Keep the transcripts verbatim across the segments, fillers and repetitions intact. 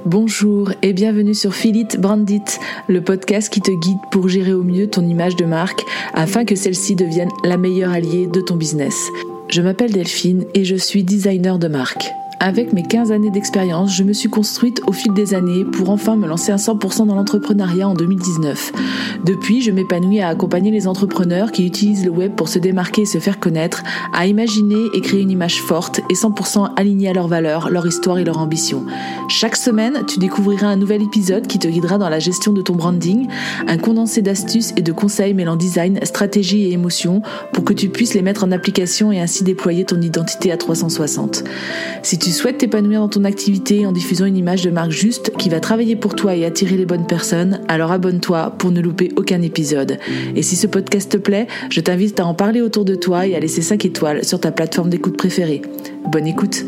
Bonjour et bienvenue sur Feel It, Brand It, le podcast qui te guide pour gérer au mieux ton image de marque afin que celle-ci devienne la meilleure alliée de ton business. Je m'appelle Delphine et je suis designer de marque. Avec mes quinze années d'expérience, je me suis construite au fil des années pour enfin me lancer à cent pour cent dans l'entrepreneuriat en deux mille dix-neuf. Depuis, je m'épanouis à accompagner les entrepreneurs qui utilisent le web pour se démarquer et se faire connaître, à imaginer et créer une image forte et cent pour cent alignée à leurs valeurs, leur histoire et leur ambition. Chaque semaine, tu découvriras un nouvel épisode qui te guidera dans la gestion de ton branding, un condensé d'astuces et de conseils mêlant design, stratégie et émotion pour que tu puisses les mettre en application et ainsi déployer ton identité à trois cent soixante. Si tu souhaites t'épanouir dans ton activité en diffusant une image de marque juste qui va travailler pour toi et attirer les bonnes personnes, alors abonne-toi pour ne louper aucun épisode. Et si ce podcast te plaît, je t'invite à en parler autour de toi et à laisser cinq étoiles sur ta plateforme d'écoute préférée. Bonne écoute!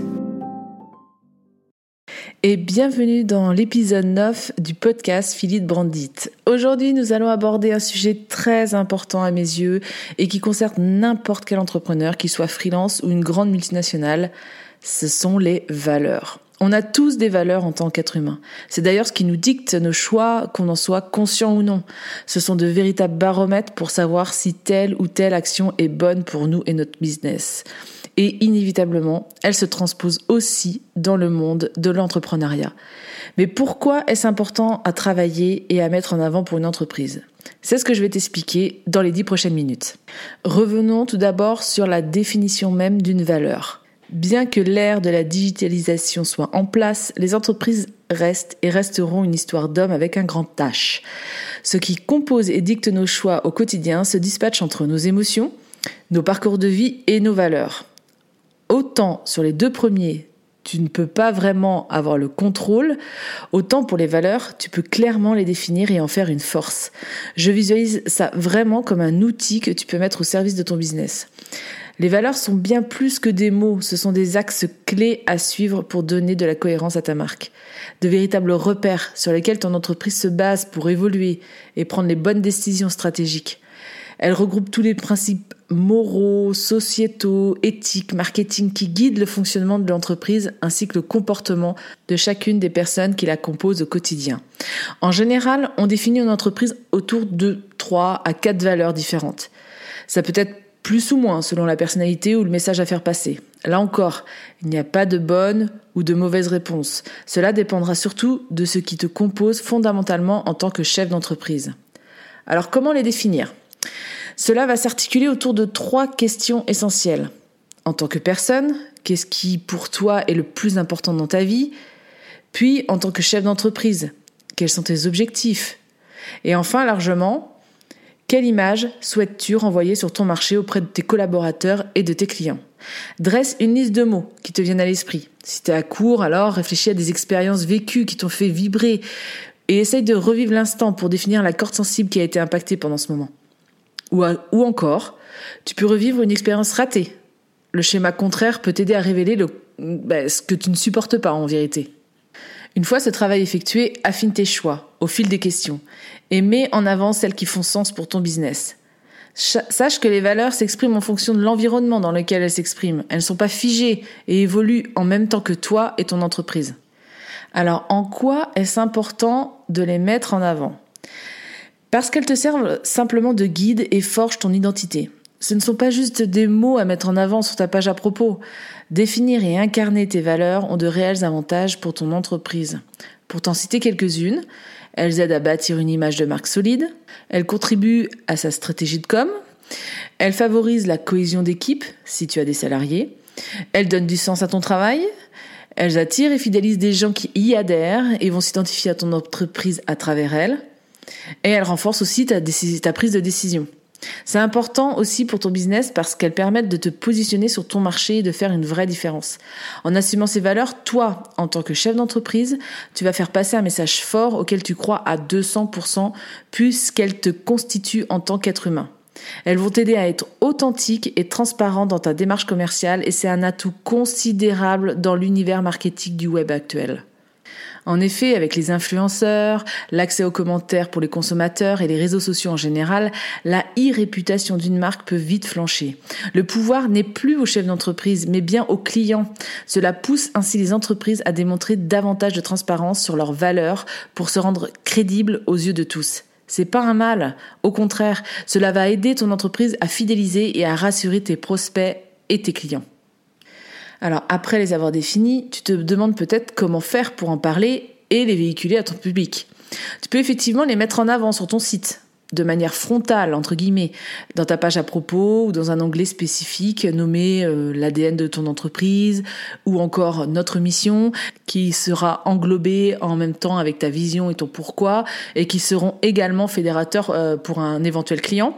Et bienvenue dans l'épisode neuf du podcast Feel It, Brand It. Aujourd'hui, nous allons aborder un sujet très important à mes yeux et qui concerne n'importe quel entrepreneur, qu'il soit freelance ou une grande multinationale. Ce sont les valeurs. On a tous des valeurs en tant qu'être humain. C'est d'ailleurs ce qui nous dicte nos choix, qu'on en soit conscient ou non. Ce sont de véritables baromètres pour savoir si telle ou telle action est bonne pour nous et notre business. Et inévitablement, elles se transposent aussi dans le monde de l'entrepreneuriat. Mais pourquoi est-ce important à travailler et à mettre en avant pour une entreprise ? C'est ce que je vais t'expliquer dans les dix prochaines minutes. Revenons tout d'abord sur la définition même d'une valeur. Bien que l'ère de la digitalisation soit en place, les entreprises restent et resteront une histoire d'hommes avec un grand H. Ce qui compose et dicte nos choix au quotidien se dispatche entre nos émotions, nos parcours de vie et nos valeurs. Autant sur les deux premiers, tu ne peux pas vraiment avoir le contrôle, autant pour les valeurs, tu peux clairement les définir et en faire une force. Je visualise ça vraiment comme un outil que tu peux mettre au service de ton business. Les valeurs sont bien plus que des mots, ce sont des axes clés à suivre pour donner de la cohérence à ta marque. De véritables repères sur lesquels ton entreprise se base pour évoluer et prendre les bonnes décisions stratégiques. Elles regroupent tous les principes moraux, sociétaux, éthiques, marketing qui guident le fonctionnement de l'entreprise ainsi que le comportement de chacune des personnes qui la composent au quotidien. En général, on définit une entreprise autour de trois à quatre valeurs différentes. Ça peut être plus ou moins selon la personnalité ou le message à faire passer. Là encore, il n'y a pas de bonne ou de mauvaise réponse. Cela dépendra surtout de ce qui te compose fondamentalement en tant que chef d'entreprise. Alors comment les définir ? Cela va s'articuler autour de trois questions essentielles. En tant que personne, qu'est-ce qui pour toi est le plus important dans ta vie ? Puis en tant que chef d'entreprise, quels sont tes objectifs ? Et enfin largement, quelle image souhaites-tu renvoyer sur ton marché auprès de tes collaborateurs et de tes clients ? Dresse une liste de mots qui te viennent à l'esprit. Si tu es à court, alors réfléchis à des expériences vécues qui t'ont fait vibrer et essaye de revivre l'instant pour définir la corde sensible qui a été impactée pendant ce moment. Ou, à, ou encore, tu peux revivre une expérience ratée. Le schéma contraire peut t'aider à révéler le, ben, ce que tu ne supportes pas en vérité. Une fois ce travail effectué, affine tes choix au fil des questions et mets en avant celles qui font sens pour ton business. Sache que les valeurs s'expriment en fonction de l'environnement dans lequel elles s'expriment. Elles ne sont pas figées et évoluent en même temps que toi et ton entreprise. Alors, en quoi est-ce important de les mettre en avant ? Parce qu'elles te servent simplement de guide et forgent ton identité. Ce ne sont pas juste des mots à mettre en avant sur ta page à propos. Définir et incarner tes valeurs ont de réels avantages pour ton entreprise. Pour t'en citer quelques-unes, elles aident à bâtir une image de marque solide, elles contribuent à sa stratégie de com, elles favorisent la cohésion d'équipe si tu as des salariés, elles donnent du sens à ton travail, elles attirent et fidélisent des gens qui y adhèrent et vont s'identifier à ton entreprise à travers elles, et elles renforcent aussi ta, décis- ta prise de décision. C'est important aussi pour ton business parce qu'elles permettent de te positionner sur ton marché et de faire une vraie différence. En assumant ces valeurs, toi, en tant que chef d'entreprise, tu vas faire passer un message fort auquel tu crois à deux cents pour cent puisqu'elles te constituent en tant qu'être humain. Elles vont t'aider à être authentique et transparent dans ta démarche commerciale et c'est un atout considérable dans l'univers marketing du web actuel. En effet, avec les influenceurs, l'accès aux commentaires pour les consommateurs et les réseaux sociaux en général, la e-réputation d'une marque peut vite flancher. Le pouvoir n'est plus au chef d'entreprise, mais bien aux clients. Cela pousse ainsi les entreprises à démontrer davantage de transparence sur leurs valeurs pour se rendre crédibles aux yeux de tous. C'est pas un mal. Au contraire, cela va aider ton entreprise à fidéliser et à rassurer tes prospects et tes clients. Alors, après les avoir définis, tu te demandes peut-être comment faire pour en parler et les véhiculer à ton public. Tu peux effectivement les mettre en avant sur ton site, de manière frontale, entre guillemets, dans ta page à propos ou dans un onglet spécifique nommé euh, l'A D N de ton entreprise ou encore notre mission qui sera englobée en même temps avec ta vision et ton pourquoi et qui seront également fédérateurs euh, pour un éventuel client.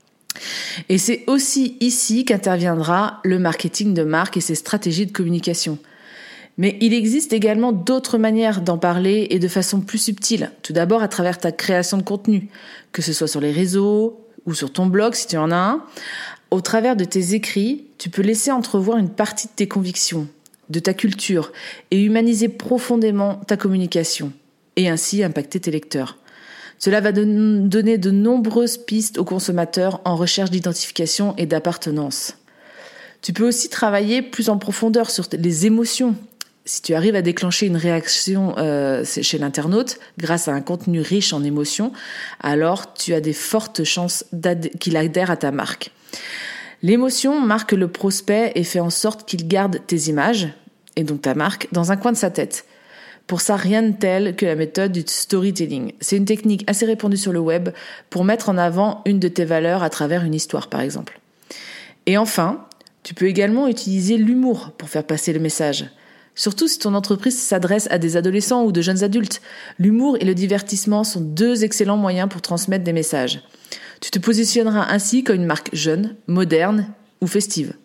Et c'est aussi ici qu'interviendra le marketing de marque et ses stratégies de communication. Mais il existe également d'autres manières d'en parler et de façon plus subtile. Tout d'abord à travers ta création de contenu, que ce soit sur les réseaux ou sur ton blog si tu en as un. Au travers de tes écrits, tu peux laisser entrevoir une partie de tes convictions, de ta culture et humaniser profondément ta communication et ainsi impacter tes lecteurs. Cela va donner de nombreuses pistes aux consommateurs en recherche d'identification et d'appartenance. Tu peux aussi travailler plus en profondeur sur les émotions. Si tu arrives à déclencher une réaction euh, chez l'internaute grâce à un contenu riche en émotions, alors tu as des fortes chances qu'il adhère à ta marque. L'émotion marque le prospect et fait en sorte qu'il garde tes images, et donc ta marque, dans un coin de sa tête. Pour ça, rien de tel que la méthode du storytelling. C'est une technique assez répandue sur le web pour mettre en avant une de tes valeurs à travers une histoire, par exemple. Et enfin, tu peux également utiliser l'humour pour faire passer le message. Surtout si ton entreprise s'adresse à des adolescents ou de jeunes adultes. L'humour et le divertissement sont deux excellents moyens pour transmettre des messages. Tu te positionneras ainsi comme une marque jeune, moderne ou festive.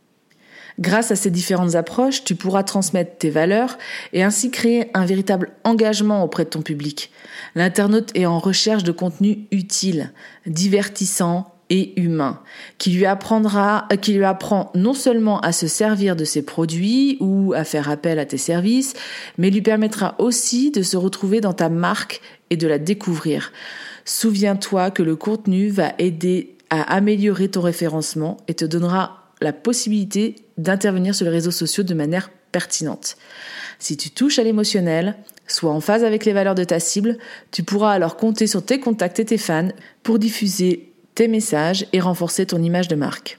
Grâce à ces différentes approches, tu pourras transmettre tes valeurs et ainsi créer un véritable engagement auprès de ton public. L'internaute est en recherche de contenu utile, divertissant et humain, qui lui apprendra, qui lui apprend non seulement à se servir de ses produits ou à faire appel à tes services, mais lui permettra aussi de se retrouver dans ta marque et de la découvrir. Souviens-toi que le contenu va aider à améliorer ton référencement et te donnera la possibilité d'intervenir sur les réseaux sociaux de manière pertinente. Si tu touches à l'émotionnel, sois en phase avec les valeurs de ta cible, tu pourras alors compter sur tes contacts et tes fans pour diffuser tes messages et renforcer ton image de marque.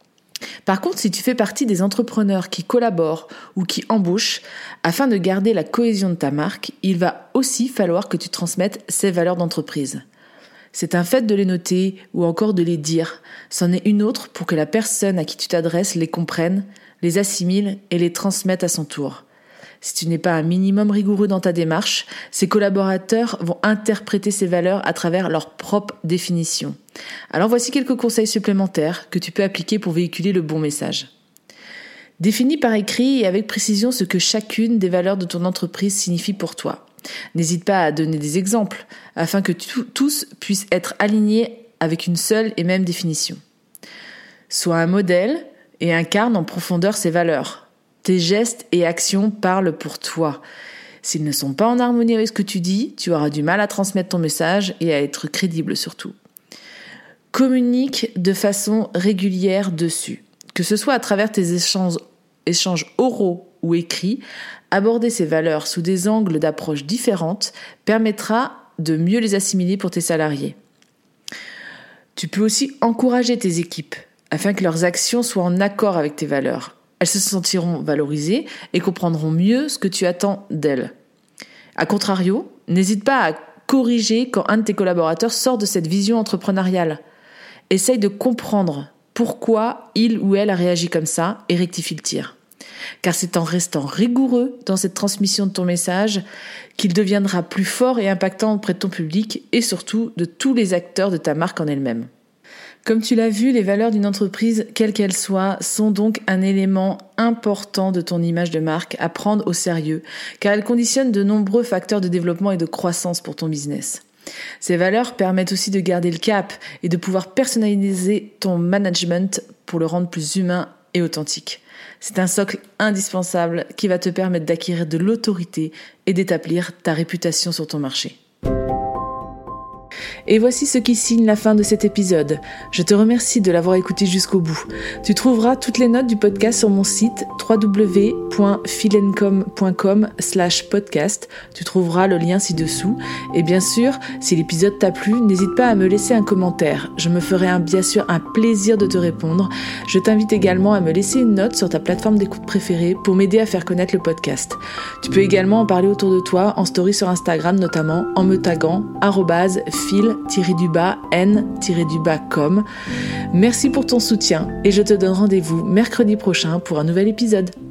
Par contre, si tu fais partie des entrepreneurs qui collaborent ou qui embauchent, afin de garder la cohésion de ta marque, il va aussi falloir que tu transmettes ces valeurs d'entreprise. C'est un fait de les noter ou encore de les dire. C'en est une autre pour que la personne à qui tu t'adresses les comprenne, les assimile et les transmette à son tour. Si tu n'es pas un minimum rigoureux dans ta démarche, ces collaborateurs vont interpréter ces valeurs à travers leur propre définition. Alors voici quelques conseils supplémentaires que tu peux appliquer pour véhiculer le bon message. Définis par écrit et avec précision ce que chacune des valeurs de ton entreprise signifie pour toi. N'hésite pas à donner des exemples afin que t- tous puissent être alignés avec une seule et même définition. Sois un modèle et incarne en profondeur ces valeurs. Tes gestes et actions parlent pour toi. S'ils ne sont pas en harmonie avec ce que tu dis, tu auras du mal à transmettre ton message et à être crédible surtout. Communique de façon régulière dessus. Que ce soit à travers tes échanges, échanges oraux ou écrits, aborder ces valeurs sous des angles d'approche différentes permettra de mieux les assimiler pour tes salariés. Tu peux aussi encourager tes équipes afin que leurs actions soient en accord avec tes valeurs. Elles se sentiront valorisées et comprendront mieux ce que tu attends d'elles. A contrario, n'hésite pas à corriger quand un de tes collaborateurs sort de cette vision entrepreneuriale. Essaye de comprendre pourquoi il ou elle a réagi comme ça et rectifie le tir. Car c'est en restant rigoureux dans cette transmission de ton message qu'il deviendra plus fort et impactant auprès de ton public et surtout de tous les acteurs de ta marque en elle-même. Comme tu l'as vu, les valeurs d'une entreprise, quelle qu'elle soit, sont donc un élément important de ton image de marque à prendre au sérieux, car elles conditionnent de nombreux facteurs de développement et de croissance pour ton business. Ces valeurs permettent aussi de garder le cap et de pouvoir personnaliser ton management pour le rendre plus humain et authentique. C'est un socle indispensable qui va te permettre d'acquérir de l'autorité et d'établir ta réputation sur ton marché. Et voici ce qui signe la fin de cet épisode. Je te remercie de l'avoir écouté jusqu'au bout. Tu trouveras toutes les notes du podcast sur mon site w w w point philencom point com slash podcast. Tu trouveras le lien ci-dessous. Et bien sûr, si l'épisode t'a plu, n'hésite pas à me laisser un commentaire. Je me ferai un, bien sûr un plaisir de te répondre. Je t'invite également à me laisser une note sur ta plateforme d'écoute préférée pour m'aider à faire connaître le podcast. Tu peux également en parler autour de toi en story sur Instagram notamment en me taguant arobase fil-du-bas n-du-bas com. Merci pour ton soutien et je te donne rendez-vous mercredi prochain pour un nouvel épisode.